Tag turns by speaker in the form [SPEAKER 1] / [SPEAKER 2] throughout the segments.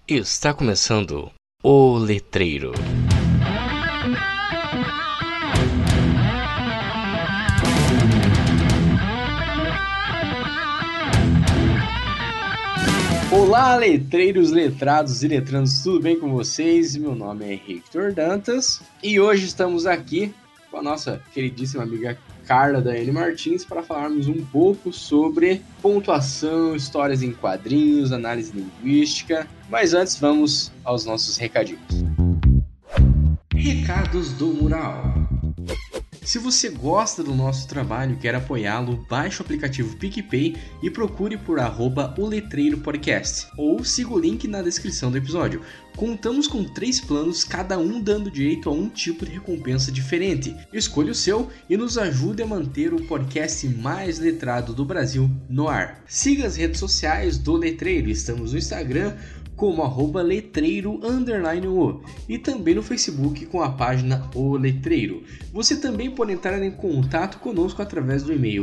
[SPEAKER 1] Está começando O Letreiro.
[SPEAKER 2] Olá, letreiros, letrados e letrandos, tudo bem com vocês? Meu nome é Victor Dantas e hoje estamos aqui com a nossa queridíssima amiga Carla Daiane Martins para falarmos um pouco sobre pontuação, histórias em quadrinhos, análise linguística. Mas antes, vamos aos nossos recadinhos. Recados do Mural. Se você gosta do nosso trabalho e quer apoiá-lo, baixe o aplicativo PicPay e procure por @oletreiropodcast ou siga o link na descrição do episódio. Contamos com 3 planos, cada um dando direito a um tipo de recompensa diferente. Escolha o seu e nos ajude a manter o podcast mais letrado do Brasil no ar. Siga as redes sociais do Letreiro, estamos no Instagram como @letreiro_o e também no Facebook com a página O Letreiro. Você também pode entrar em contato conosco através do e-mail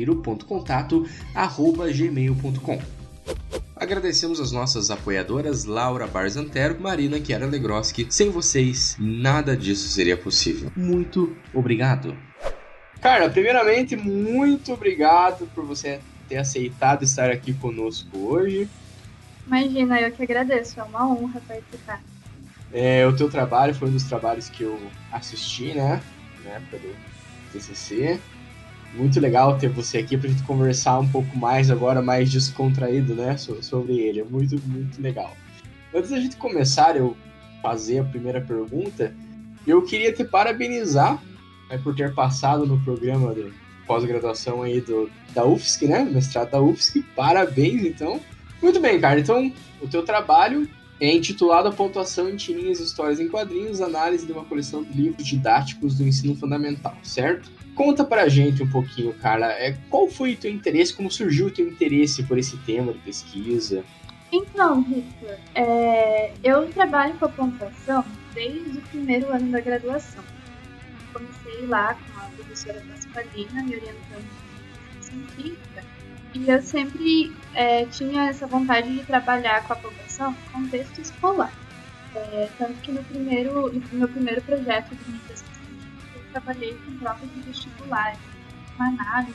[SPEAKER 2] letreiro.contato@gmail.com. Agradecemos as nossas apoiadoras Laura Barzantero, Marina Chiara Legroski. Sem vocês, nada disso seria possível. Muito obrigado. Carla, primeiramente, muito obrigado por você ter aceitado estar aqui conosco hoje.
[SPEAKER 3] Imagina, eu que agradeço, é uma honra participar.
[SPEAKER 2] O teu trabalho foi um dos trabalhos que eu assisti, né? Na época do TCC. Muito legal ter você aqui pra gente conversar um pouco mais agora, mais descontraído, né? Sobre ele. É muito, muito legal. Antes da gente começar, eu fazer a primeira pergunta, eu queria te parabenizar, né, por ter passado no programa de pós-graduação aí da UFSC, né? Mestrado da UFSC. Parabéns, então. Muito bem, cara. Então, o teu trabalho é intitulado A Pontuação em Tirinhas e Histórias em Quadrinhos, análise de uma coleção de livros didáticos do ensino fundamental, certo? Conta pra gente um pouquinho, Carla, qual foi o teu interesse, como surgiu o teu interesse por esse tema de pesquisa?
[SPEAKER 3] Então, Victor, eu trabalho com a pontuação desde o primeiro ano da graduação. Comecei lá com a professora Pasqualina, me orientando em científica, e eu sempre tinha essa vontade de trabalhar com a pontuação no contexto escolar. Tanto que no meu primeiro projeto de iniciação científica, eu trabalhei com provas de vestibular, uma análise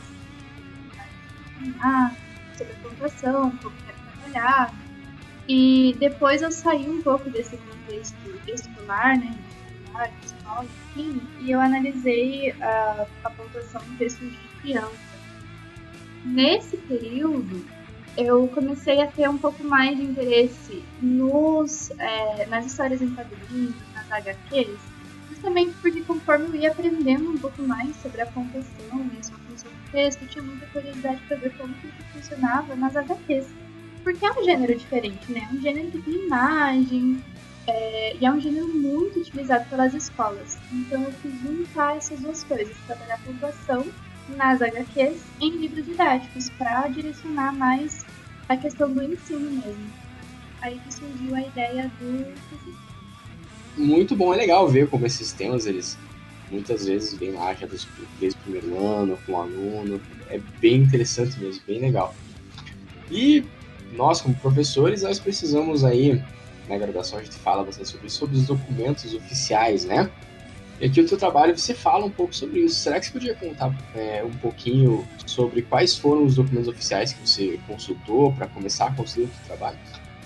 [SPEAKER 3] sobre a pontuação, como era trabalhado. E depois eu saí um pouco desse contexto escolar, né, vestibular, escola, enfim, e eu analisei a pontuação em textos de criança. Nesse período, eu comecei a ter um pouco mais de interesse nas histórias em quadrinhos, nas HQs, justamente porque conforme eu ia aprendendo um pouco mais sobre a pontuação e a sua função do texto, eu tinha muita curiosidade para ver como que isso funcionava nas HQs. Porque é um gênero diferente, né? É um gênero que tem imagem, e é um gênero muito utilizado pelas escolas. Então eu quis juntar essas duas coisas, trabalhar a pontuação nas HQs em livros didáticos, para direcionar mais a questão do ensino mesmo. Aí que surgiu a ideia do TCC.
[SPEAKER 2] Muito bom, é legal ver como esses temas, eles muitas vezes vêm lá já desde o primeiro ano, com o aluno. É bem interessante mesmo, bem legal. E nós, como professores, nós precisamos aí, na graduação a gente fala bastante sobre os documentos oficiais, né? E aqui o teu trabalho, você fala um pouco sobre isso. Será que você podia contar um pouquinho sobre quais foram os documentos oficiais que você consultou para começar a construir o teu trabalho?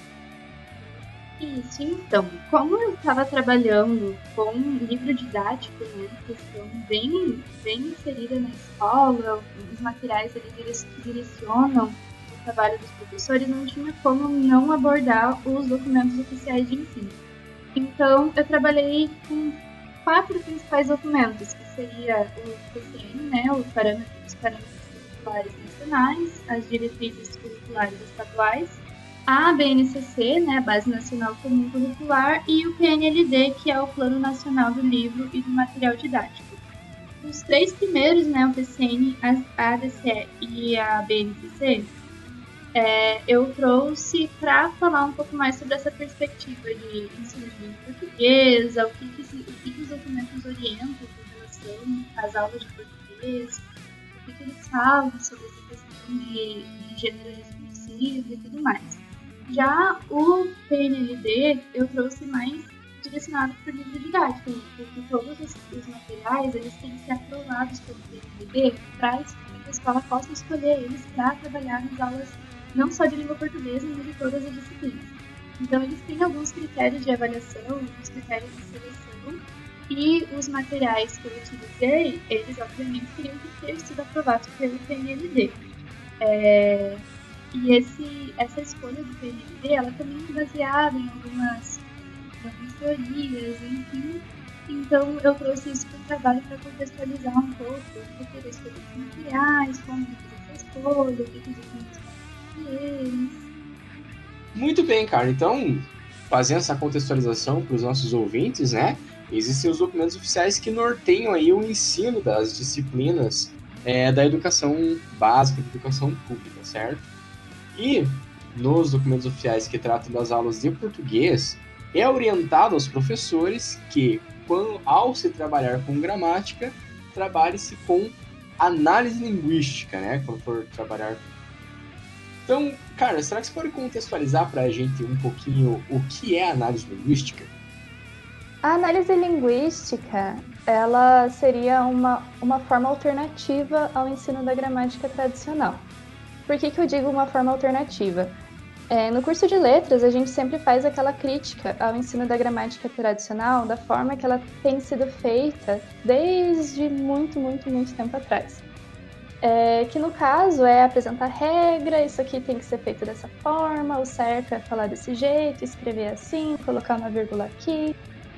[SPEAKER 3] Isso, então, como eu estava trabalhando com livro didático, né, questão bem inserida na escola, os materiais eles direcionam o trabalho dos professores, não tinha como não abordar os documentos oficiais de ensino. Então, eu trabalhei com 4 principais documentos, que seria o PCN, né, os parâmetros curriculares nacionais, as diretrizes curriculares estaduais, a BNCC, né, a Base Nacional Comum Curricular, e o PNLD, que é o Plano Nacional do Livro e do Material Didático. Os 3 primeiros, né, o PCN, a ADCE e a BNCC, eu trouxe para falar um pouco mais sobre essa perspectiva de ensino de língua portuguesa, o que os documentos orientam com relação às aulas de português, o que eles falam sobre essa questão de gênero discursivo e tudo mais. Já o PNLD eu trouxe mais direcionado para o livro didático, porque todos os materiais eles têm que ser aprovados pelo PNLD para que a escola possa escolher eles para trabalhar nas aulas não só de língua portuguesa, mas de todas as disciplinas. Então eles têm alguns critérios de avaliação, alguns critérios de seleção, e os materiais que eu utilizei, eles obviamente teriam que ter sido aprovados pelo PNLD. E essa escolha do PNLD, ela também é baseada em algumas teorias, enfim. Então eu trouxe isso para o trabalho para contextualizar um pouco o que eu escolhi os materiais, como eu fiz essa escolha, o que os documentos falam eles.
[SPEAKER 2] Muito bem, cara. Então, fazendo essa contextualização para os nossos ouvintes, né? Existem os documentos oficiais que norteiam aí o ensino das disciplinas da educação básica, da educação pública, certo? E nos documentos oficiais que tratam das aulas de português, é orientado aos professores que, ao se trabalhar com gramática, trabalhe-se com análise linguística, né? Quando for trabalhar. Então, cara, será que você pode contextualizar para a gente um pouquinho o que é análise linguística?
[SPEAKER 4] A análise linguística, ela seria uma forma alternativa ao ensino da gramática tradicional. Por que eu digo uma forma alternativa? No curso de letras, a gente sempre faz aquela crítica ao ensino da gramática tradicional, da forma que ela tem sido feita desde muito, muito, muito tempo atrás. Que no caso é apresentar regra, isso aqui tem que ser feito dessa forma, o certo é falar desse jeito, escrever assim, colocar uma vírgula aqui.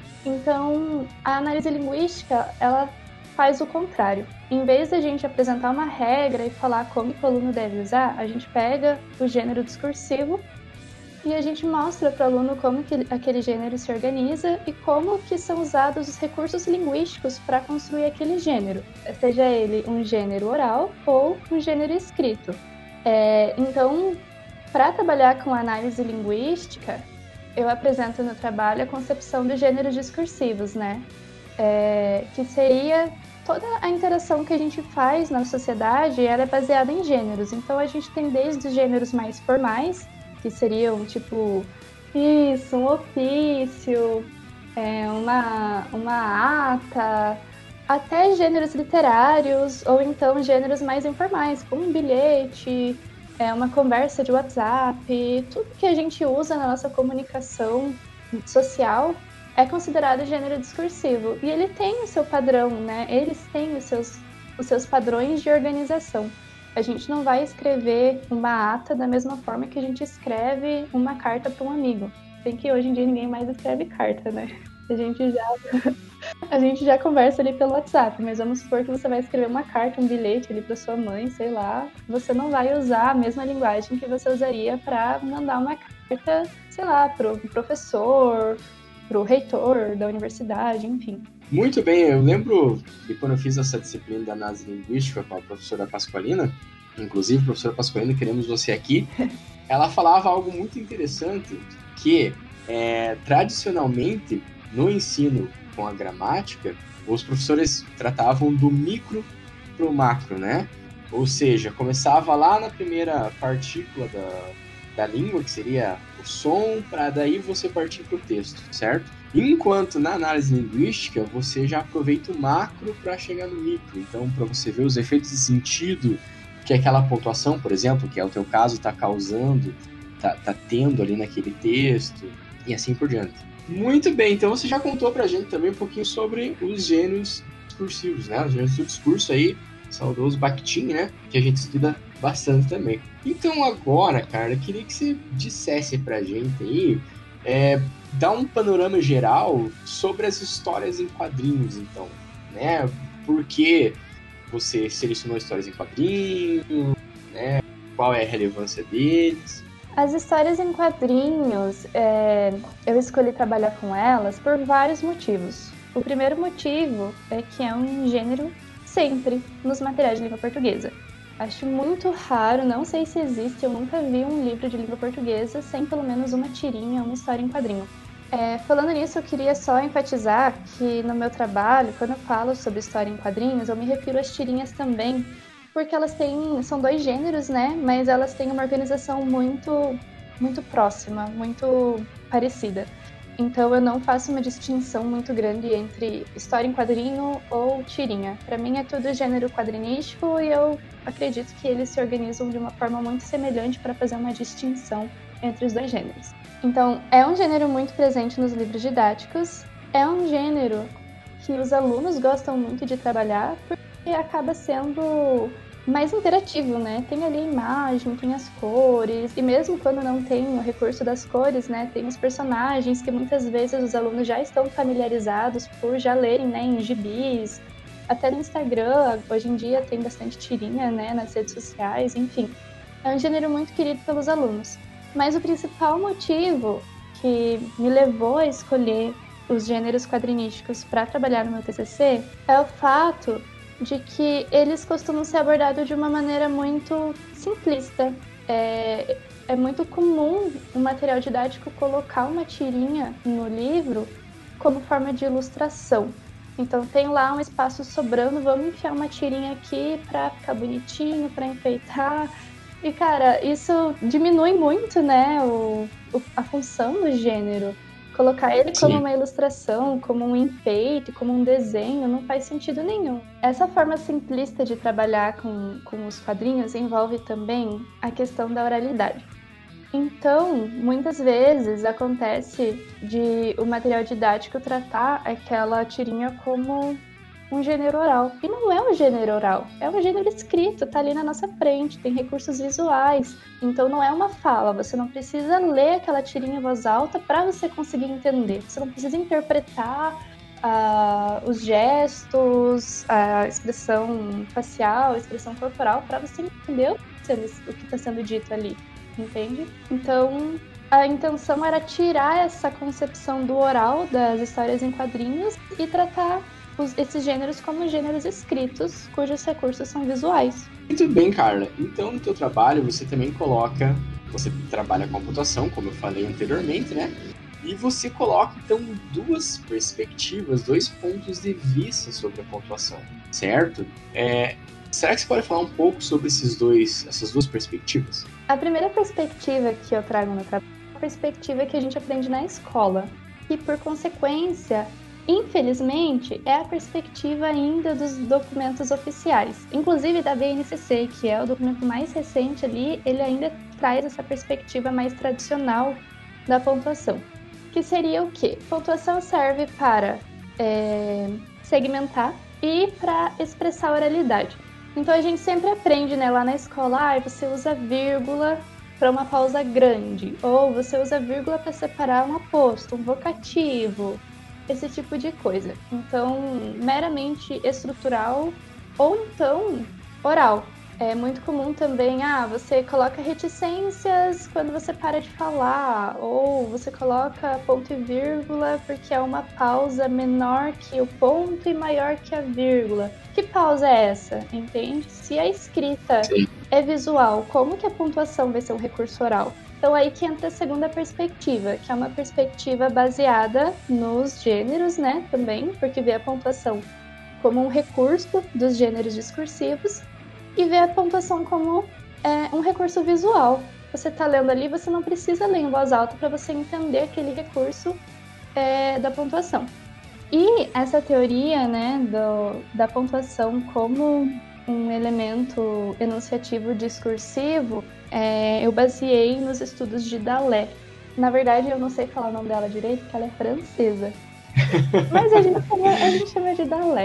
[SPEAKER 4] Então, a análise linguística, ela faz o contrário. Em vez de a gente apresentar uma regra e falar como o aluno deve usar, a gente pega o gênero discursivo e a gente mostra para o aluno como que aquele gênero se organiza e como que são usados os recursos linguísticos para construir aquele gênero, seja ele um gênero oral ou um gênero escrito. Então, para trabalhar com análise linguística, eu apresento no trabalho a concepção dos gêneros discursivos, né? Que seria toda a interação que a gente faz na sociedade, ela é baseada em gêneros. Então a gente tem desde os gêneros mais formais, que seriam tipo isso, um ofício, uma ata, até gêneros literários, ou então gêneros mais informais, como um bilhete, uma conversa de WhatsApp, tudo que a gente usa na nossa comunicação social é considerado gênero discursivo. E ele tem o seu padrão, né? Eles têm os seus padrões de organização. A gente não vai escrever uma ata da mesma forma que a gente escreve uma carta para um amigo. Bem que hoje em dia ninguém mais escreve carta, né? A gente já conversa ali pelo WhatsApp, mas vamos supor que você vai escrever uma carta, um bilhete ali para sua mãe, sei lá. Você não vai usar a mesma linguagem que você usaria para mandar uma carta, sei lá, para o professor, para o reitor da universidade, enfim.
[SPEAKER 2] Muito bem, eu lembro de quando eu fiz essa disciplina da análise linguística com a professora Pasqualina, inclusive, professora Pasqualina, queremos você aqui, ela falava algo muito interessante, que tradicionalmente, no ensino com a gramática, os professores tratavam do micro para o macro, né? Ou seja, começava lá na primeira partícula da língua, que seria o som, para daí você partir para o texto, certo? Enquanto na análise linguística, você já aproveita o macro para chegar no micro. Então, para você ver os efeitos de sentido que aquela pontuação, por exemplo, que é o teu caso, está causando, tá tendo ali naquele texto, e assim por diante. Muito bem, então você já contou pra gente também um pouquinho sobre os gêneros discursivos, né? Os gêneros do discurso aí, saudoso Bakhtin, né? Que a gente estuda bastante também. Então agora, cara, eu queria que você dissesse pra gente aí, dar um panorama geral sobre as histórias em quadrinhos, então, né? Por que você selecionou histórias em quadrinhos, né? Qual é a relevância deles?
[SPEAKER 4] As histórias em quadrinhos, eu escolhi trabalhar com elas por vários motivos. O primeiro motivo é que é um gênero sempre nos materiais de língua portuguesa. Acho muito raro, não sei se existe, eu nunca vi um livro de língua portuguesa sem pelo menos uma tirinha, uma história em quadrinho. Falando nisso, eu queria só enfatizar que no meu trabalho, quando eu falo sobre história em quadrinhos, eu me refiro às tirinhas também, porque elas são dois gêneros, né? Mas elas têm uma organização muito muito próxima, muito parecida. Então eu não faço uma distinção muito grande entre história em quadrinho ou tirinha. Para mim é tudo gênero quadrinístico e eu acredito que eles se organizam de uma forma muito semelhante para fazer uma distinção entre os dois gêneros. Então é um gênero muito presente nos livros didáticos, é um gênero que os alunos gostam muito de trabalhar porque acaba sendo mais interativo, né? Tem ali a imagem, tem as cores, e mesmo quando não tem o recurso das cores, né? Tem os personagens que muitas vezes os alunos já estão familiarizados por já lerem, né, em gibis. Até no Instagram, hoje em dia tem bastante tirinha, né, nas redes sociais, enfim. É um gênero muito querido pelos alunos. Mas o principal motivo que me levou a escolher os gêneros quadrinísticos para trabalhar no meu TCC é o fato de que eles costumam ser abordados de uma maneira muito simplista. É muito comum o material didático colocar uma tirinha no livro como forma de ilustração. Então tem lá um espaço sobrando, vamos enfiar uma tirinha aqui para ficar bonitinho, para enfeitar. E cara, isso diminui muito, né, a função do gênero. Colocar ele como uma ilustração, como um enfeite, como um desenho, não faz sentido nenhum. Essa forma simplista de trabalhar com os quadrinhos envolve também a questão da oralidade. Então, muitas vezes acontece de o material didático tratar aquela tirinha como um gênero oral. E não é um gênero oral, é um gênero escrito, tá ali na nossa frente, tem recursos visuais. Então não é uma fala, você não precisa ler aquela tirinha em voz alta para você conseguir entender. Você não precisa interpretar os gestos, a expressão facial, a expressão corporal para você entender o que está sendo dito ali, entende? Então a intenção era tirar essa concepção do oral das histórias em quadrinhos e tratar esses gêneros como gêneros escritos, cujos recursos são visuais.
[SPEAKER 2] Muito bem, Carla. Então, no teu trabalho, você também você trabalha com a pontuação, como eu falei anteriormente, né? E você coloca, então, duas perspectivas, dois pontos de vista sobre a pontuação, certo? Será que você pode falar um pouco sobre essas duas perspectivas?
[SPEAKER 4] A primeira perspectiva que eu trago no trabalho é a perspectiva que a gente aprende na escola, e, por consequência, infelizmente, é a perspectiva ainda dos documentos oficiais. Inclusive da BNCC, que é o documento mais recente ali, ele ainda traz essa perspectiva mais tradicional da pontuação. Que seria o quê? Pontuação serve para segmentar e para expressar oralidade. Então a gente sempre aprende, né, lá na escola, você usa vírgula para uma pausa grande, ou você usa vírgula para separar um aposto, um vocativo, esse tipo de coisa. Então, meramente estrutural ou então oral. É muito comum também, você coloca reticências quando você para de falar, ou você coloca ponto e vírgula porque é uma pausa menor que o ponto e maior que a vírgula. Que pausa é essa? Entende? Se a escrita é visual, como que a pontuação vai ser um recurso oral? Então aí que entra a segunda perspectiva, que é uma perspectiva baseada nos gêneros, né, também, porque vê a pontuação como um recurso dos gêneros discursivos e vê a pontuação como um recurso visual. Você está lendo ali, você não precisa ler em voz alta para você entender aquele recurso da pontuação. E essa teoria, né, da pontuação como um elemento enunciativo discursivo, eu baseei nos estudos de Dalé. Na verdade, eu não sei falar o nome dela direito, porque ela é francesa. Mas a gente chama de Dalé.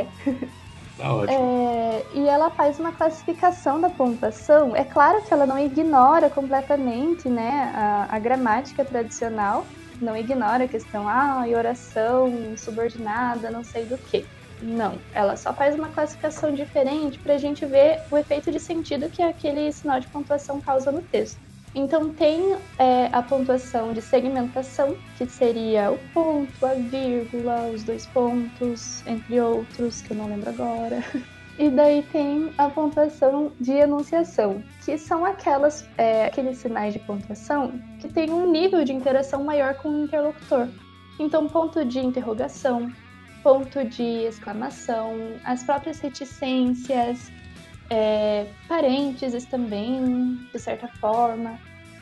[SPEAKER 2] Tá ótimo.
[SPEAKER 4] E ela faz uma classificação da pontuação. É claro que ela não ignora completamente, né, a gramática tradicional, não ignora a questão, e oração subordinada, não sei do que. Não, ela só faz uma classificação diferente para a gente ver o efeito de sentido que aquele sinal de pontuação causa no texto. Então tem a pontuação de segmentação, que seria o ponto, a vírgula, os dois pontos, entre outros, que eu não lembro agora. E daí tem a pontuação de enunciação, que são aqueles sinais de pontuação que tem um nível de interação maior com o interlocutor. Então, ponto de interrogação, ponto de exclamação, as próprias reticências, parênteses também, de certa forma.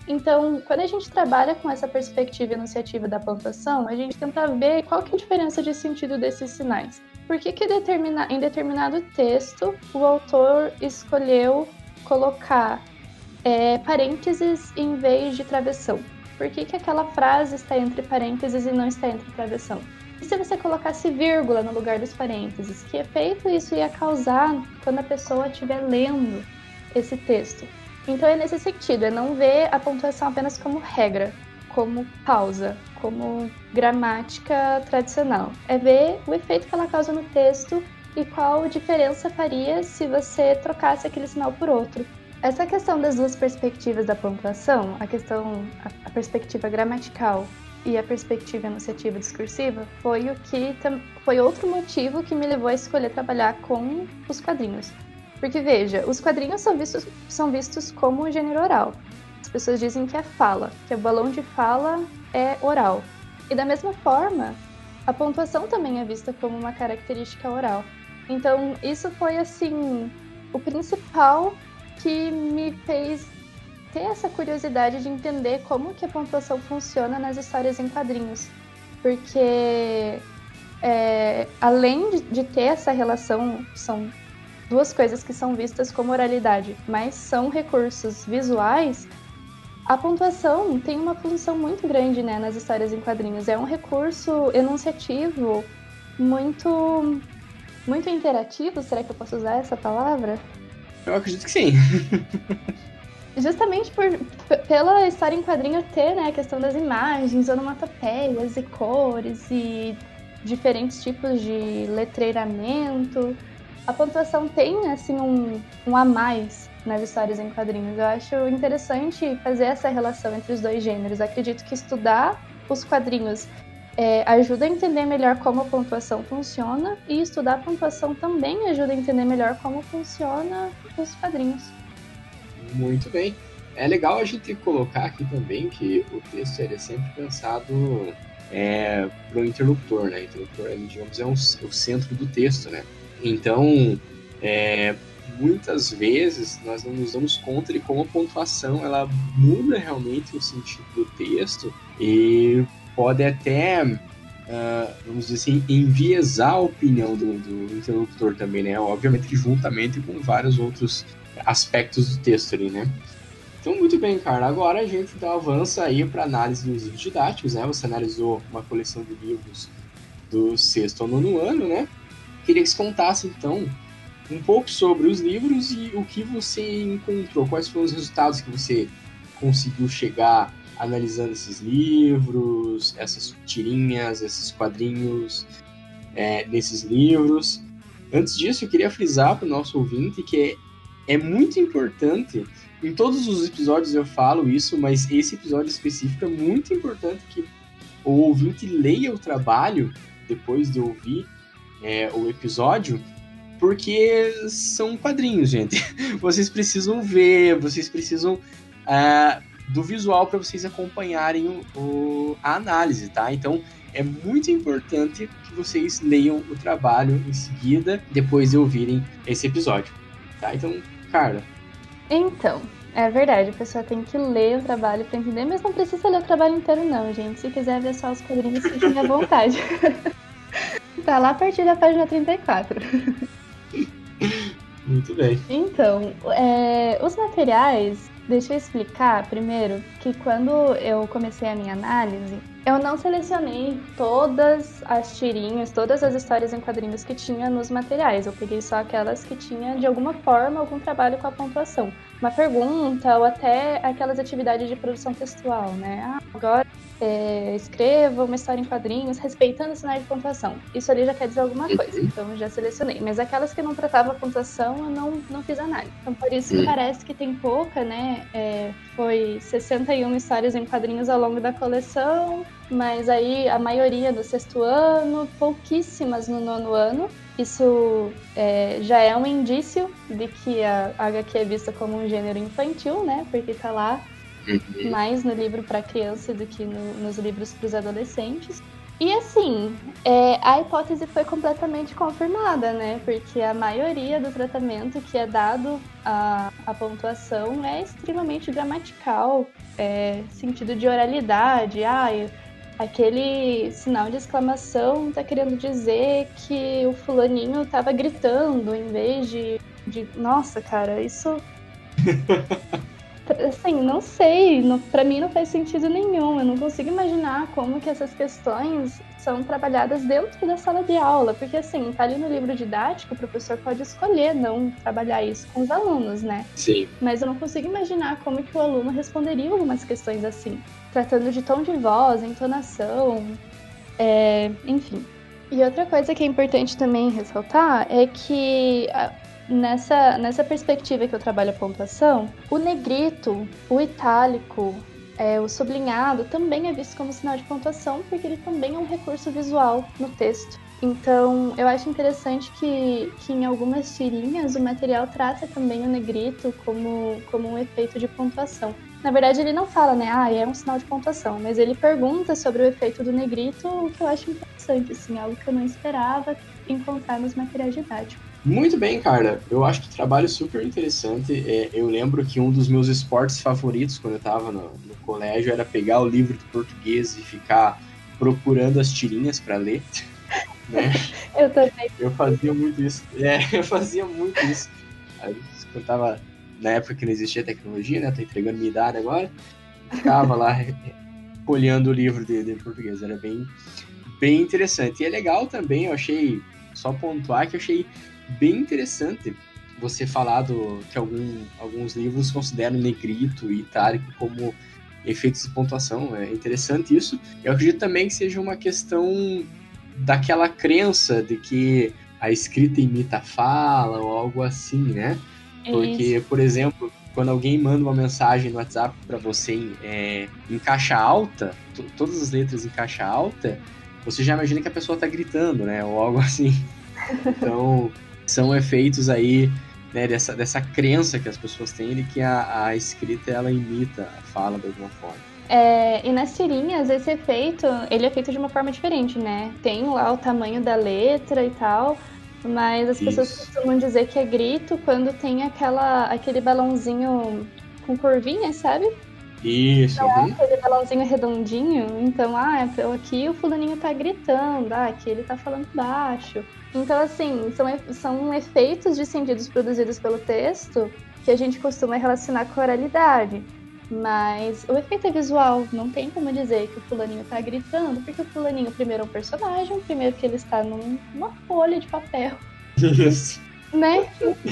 [SPEAKER 4] Então, quando a gente trabalha com essa perspectiva enunciativa da pontuação, a gente tenta ver qual que é a diferença de sentido desses sinais. Por que em determinado texto o autor escolheu colocar parênteses em vez de travessão? Por que aquela frase está entre parênteses e não está entre travessão? E se você colocasse vírgula no lugar dos parênteses? Que efeito isso ia causar quando a pessoa estiver lendo esse texto? Então é nesse sentido, é não ver a pontuação apenas como regra, como pausa, como gramática tradicional. É ver o efeito que ela causa no texto e qual diferença faria se você trocasse aquele sinal por outro. Essa questão das duas perspectivas da pontuação, a perspectiva gramatical e a perspectiva enunciativa discursiva, foi outro motivo que me levou a escolher trabalhar com os quadrinhos. Porque, veja, os quadrinhos são vistos como gênero oral. As pessoas dizem que é fala, que o balão de fala é oral. E da mesma forma, a pontuação também é vista como uma característica oral. Então, isso foi, assim, o principal que me fez ter essa curiosidade de entender como que a pontuação funciona nas histórias em quadrinhos. Porque, além de ter essa relação, são duas coisas que são vistas como oralidade, mas são recursos visuais, a pontuação tem uma função muito grande, né, nas histórias em quadrinhos. É um recurso enunciativo muito, muito interativo, será que eu posso usar essa palavra?
[SPEAKER 2] Eu acredito que sim.
[SPEAKER 4] Justamente pela história em quadrinho ter, né, a questão das imagens, onomatopeias e cores e diferentes tipos de letreiramento, a pontuação tem, assim, um a mais nas histórias em quadrinhos. Eu acho interessante fazer essa relação entre os dois gêneros. Acredito que estudar os quadrinhos ajuda a entender melhor como a pontuação funciona, e estudar a pontuação também ajuda a entender melhor como funciona os quadrinhos.
[SPEAKER 2] Muito bem. É legal a gente colocar aqui também que o texto ele é sempre pensado para o interlocutor, né? O interlocutor, digamos, é o centro do texto, né? Então, muitas vezes nós não nos damos conta de como a pontuação ela muda realmente o sentido do texto e pode até, vamos dizer assim, enviesar a opinião do interlocutor também, né? Obviamente que juntamente com vários outros aspectos do texto ali, né? Então, muito bem, Carla. Agora a gente então avança aí para análise dos livros didáticos, né? Você analisou uma coleção de livros do 6º ao 9º ano, né? Queria que você contasse, então, um pouco sobre os livros e o que você encontrou, quais foram os resultados que você conseguiu chegar analisando esses livros, essas tirinhas, esses quadrinhos nesses livros. Antes disso, eu queria frisar para o nosso ouvinte que é muito importante, em todos os episódios eu falo isso, mas esse episódio específico é muito importante que o ouvinte leia o trabalho depois de ouvir o episódio, porque são quadrinhos, gente. Vocês precisam ver, vocês precisam do visual para vocês acompanharem a análise, tá? Então, é muito importante que vocês leiam o trabalho em seguida, depois de ouvirem esse episódio, tá? Então, Carla.
[SPEAKER 4] Então, é verdade, a pessoa tem que ler o trabalho para entender, mas não precisa ler o trabalho inteiro não, gente. Se quiser ver só os quadrinhos, fiquem à vontade. Tá lá a partir da página 34.
[SPEAKER 2] Muito bem.
[SPEAKER 4] Então, os materiais, deixa eu explicar primeiro que quando eu comecei a minha análise, eu não selecionei todas as tirinhas, todas as histórias em quadrinhos que tinha nos materiais. Eu peguei só aquelas que tinha, de alguma forma, algum trabalho com a pontuação. Uma pergunta ou até aquelas atividades de produção textual, né? Agora escreva uma história em quadrinhos respeitando o sinal de pontuação. Isso ali já quer dizer alguma coisa, então eu já selecionei. Mas aquelas que não tratavam a pontuação, eu não fiz análise. Então por isso que parece que tem pouca, né? Foi 61 histórias em quadrinhos ao longo da coleção, mas aí a maioria do 6º ano, pouquíssimas no 9º ano. Isso já é um indício de que a HQ é vista como um gênero infantil, né? Porque tá lá mais no livro para criança do que nos livros para os adolescentes. E assim, a hipótese foi completamente confirmada, né? Porque a maioria do tratamento que é dado à pontuação é extremamente gramatical, sentido de oralidade. Aquele sinal de exclamação tá querendo dizer que o fulaninho tava gritando em vez de... Nossa, cara, isso... Assim, não sei, pra mim não faz sentido nenhum. Eu não consigo imaginar como que essas questões são trabalhadas dentro da sala de aula, porque assim, tá ali no livro didático, o professor pode escolher não trabalhar isso com os alunos, né?
[SPEAKER 2] Sim.
[SPEAKER 4] Mas eu não consigo imaginar como que o aluno responderia algumas questões assim, tratando de tom de voz, entonação, enfim. E outra coisa que é importante também ressaltar é que nessa perspectiva que eu trabalho a pontuação, o negrito, o itálico, o sublinhado também é visto como sinal de pontuação, porque ele também é um recurso visual no texto. Então, eu acho interessante que em algumas tirinhas o material trata também o negrito como um efeito de pontuação. Na verdade, ele não fala, né, é um sinal de pontuação, mas ele pergunta sobre o efeito do negrito, o que eu acho interessante, assim, algo que eu não esperava encontrar nos materiais didáticos.
[SPEAKER 2] Muito bem, Carla. Eu acho que trabalho super interessante. Eu lembro que um dos meus esportes favoritos quando eu estava no colégio era pegar o livro de português e ficar procurando as tirinhas para ler, né?
[SPEAKER 4] Eu também.
[SPEAKER 2] Eu fazia muito isso. Eu fazia muito isso. Aí, quando eu tava na época que não existia tecnologia, né? Tô entregando minha idade agora. Ficava lá folheando o livro de português. Era bem interessante. E é legal também, eu achei, só pontuar que eu achei bem interessante você falar que alguns livros consideram negrito e itálico como efeitos de pontuação. É interessante isso. Eu acredito também que seja uma questão daquela crença de que a escrita imita a fala ou algo assim, né? Porque, por exemplo, quando alguém manda uma mensagem no WhatsApp para você em caixa alta, todas as letras em caixa alta, você já imagina que a pessoa tá gritando, né? Ou algo assim. Então, são efeitos aí, né, dessa crença que as pessoas têm de que a escrita, ela imita a fala de alguma forma.
[SPEAKER 4] E nas tirinhas, esse efeito, ele é feito de uma forma diferente, né? Tem lá o tamanho da letra e tal, mas as pessoas costumam dizer que é grito quando tem aquele balãozinho com curvinha, sabe?
[SPEAKER 2] Isso.
[SPEAKER 4] Não é aquele balãozinho redondinho. Então, aqui o fulaninho tá gritando, aqui ele tá falando baixo. Então, assim, são efeitos de sentidos produzidos pelo texto que a gente costuma relacionar com a oralidade. Mas o efeito é visual, não tem como dizer que o fulaninho tá gritando, porque o fulaninho primeiro é um personagem, primeiro que ele está numa folha de papel.
[SPEAKER 2] Isso.
[SPEAKER 4] Né?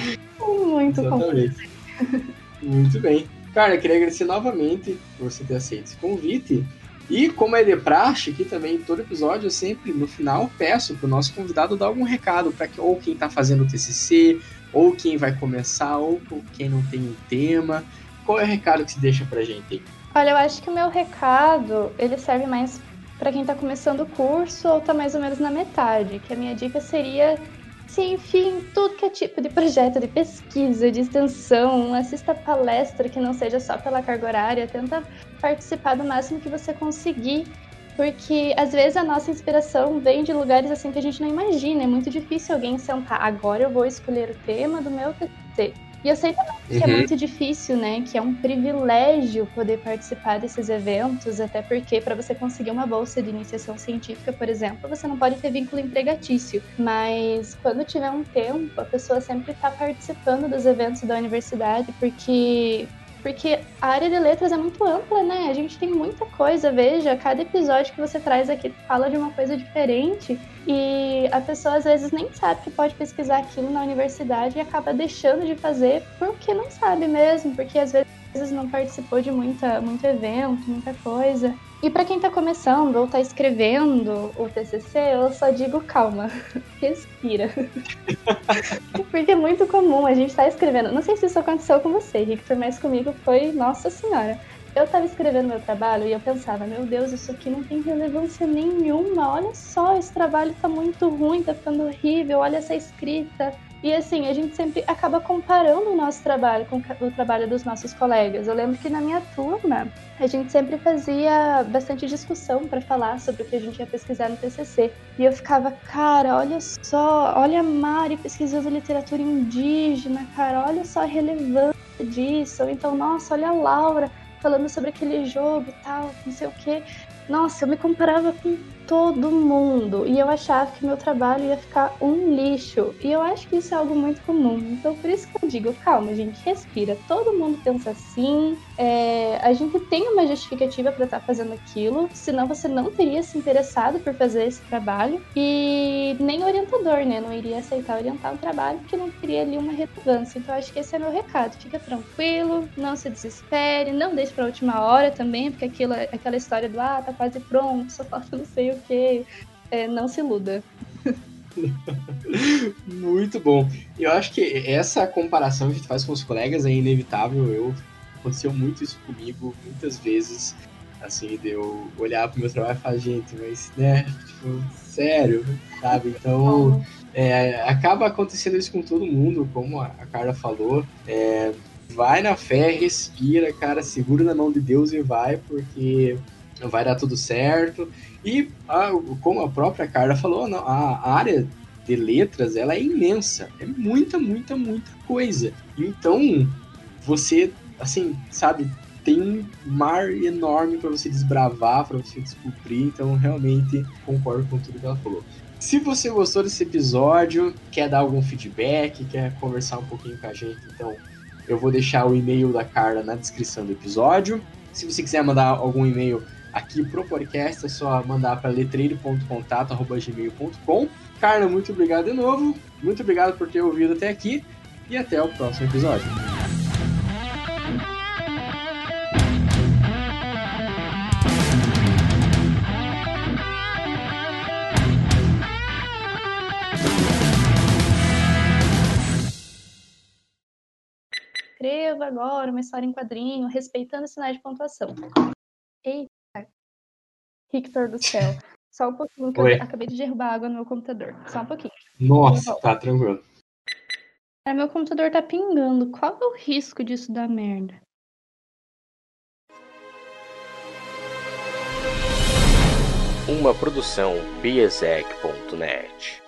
[SPEAKER 4] Muito
[SPEAKER 2] Exatamente. Muito bem. Cara, eu queria agradecer novamente por você ter aceito esse convite. E como é de praxe, aqui também, todo episódio, eu sempre, no final, peço para o nosso convidado dar algum recado para ou quem está fazendo o TCC, ou quem vai começar, ou quem não tem um tema. Qual é o recado que se deixa pra gente aí?
[SPEAKER 4] Olha, eu acho que o meu recado, ele serve mais para quem tá começando o curso ou tá mais ou menos na metade, que a minha dica seria se enfie em tudo que é tipo de projeto de pesquisa, de extensão, assista palestra que não seja só pela carga horária, tenta participar do máximo que você conseguir, porque às vezes a nossa inspiração vem de lugares assim que a gente não imagina, é muito difícil alguém sentar, agora eu vou escolher o tema do meu TCC. E eu sei também que é muito difícil, né? Que é um privilégio poder participar desses eventos, até porque para você conseguir uma bolsa de iniciação científica, por exemplo, você não pode ter vínculo empregatício. Mas quando tiver um tempo, a pessoa sempre está participando dos eventos da universidade, porque a área de letras é muito ampla, né? A gente tem muita coisa, veja, cada episódio que você traz aqui fala de uma coisa diferente e a pessoa às vezes nem sabe que pode pesquisar aquilo na universidade e acaba deixando de fazer porque não sabe mesmo, porque às vezes não participou de muito evento, muita coisa. E para quem tá começando ou tá escrevendo o TCC, eu só digo calma, respira. Porque é muito comum a gente tá escrevendo. Não sei se isso aconteceu com você, Victor, mas comigo foi, nossa senhora. Eu tava escrevendo meu trabalho e eu pensava, meu Deus, isso aqui não tem relevância nenhuma. Olha só, esse trabalho tá muito ruim, tá ficando horrível, olha essa escrita. E assim, a gente sempre acaba comparando o nosso trabalho com o trabalho dos nossos colegas. Eu lembro que na minha turma, a gente sempre fazia bastante discussão para falar sobre o que a gente ia pesquisar no TCC. E eu ficava, cara, olha só, olha a Mari pesquisando literatura indígena, cara, olha só a relevância disso. Ou então, nossa, olha a Laura falando sobre aquele jogo e tal, não sei o quê. Nossa, eu me comparava com todo mundo e eu achava que meu trabalho ia ficar um lixo. E eu acho que isso é algo muito comum. Então, por isso que eu digo, calma, gente, respira. Todo mundo pensa assim. A gente tem uma justificativa para estar fazendo aquilo, senão você não teria se interessado por fazer esse trabalho. E nem o orientador, né? Não iria aceitar orientar um trabalho que não teria ali uma relevância. Então, acho que esse é meu recado. Fica tranquilo, não se desespere, não deixe para a última hora também, porque aquela história do tá quase pronto, só falta não sei o que. Não se iluda.
[SPEAKER 2] Muito bom. Eu acho que essa comparação que a gente faz com os colegas é inevitável. Aconteceu muito isso comigo, muitas vezes, assim, de eu olhar pro meu trabalho e falar, gente, mas, né, tipo, sério, sabe? Então, acaba acontecendo isso com todo mundo, como a Carla falou. Vai na fé, respira, cara, segura na mão de Deus e vai, porque vai dar tudo certo. E, como a própria Carla falou, não, a área de letras, ela é imensa. É muita, muita, muita coisa. Então, você, assim, sabe, tem um mar enorme para você desbravar, para você descobrir. Então, realmente, concordo com tudo que ela falou. Se você gostou desse episódio, quer dar algum feedback, quer conversar um pouquinho com a gente, então eu vou deixar o e-mail da Carla na descrição do episódio. Se você quiser mandar algum e-mail aqui pro podcast, é só mandar para letreiro.contato@gmail.com. Carla, muito obrigado de novo. Muito obrigado por ter ouvido até aqui e até o próximo episódio.
[SPEAKER 4] Escreva agora uma história em quadrinho, respeitando os sinais de pontuação. Eita, Victor do céu. Só um pouquinho, que
[SPEAKER 2] Oi.
[SPEAKER 4] eu acabei de derrubar água no meu computador. Só um pouquinho.
[SPEAKER 2] Nossa, tá tranquilo.
[SPEAKER 4] Meu computador tá pingando. Qual é o risco disso dar merda?
[SPEAKER 1] Uma produção biesec.net.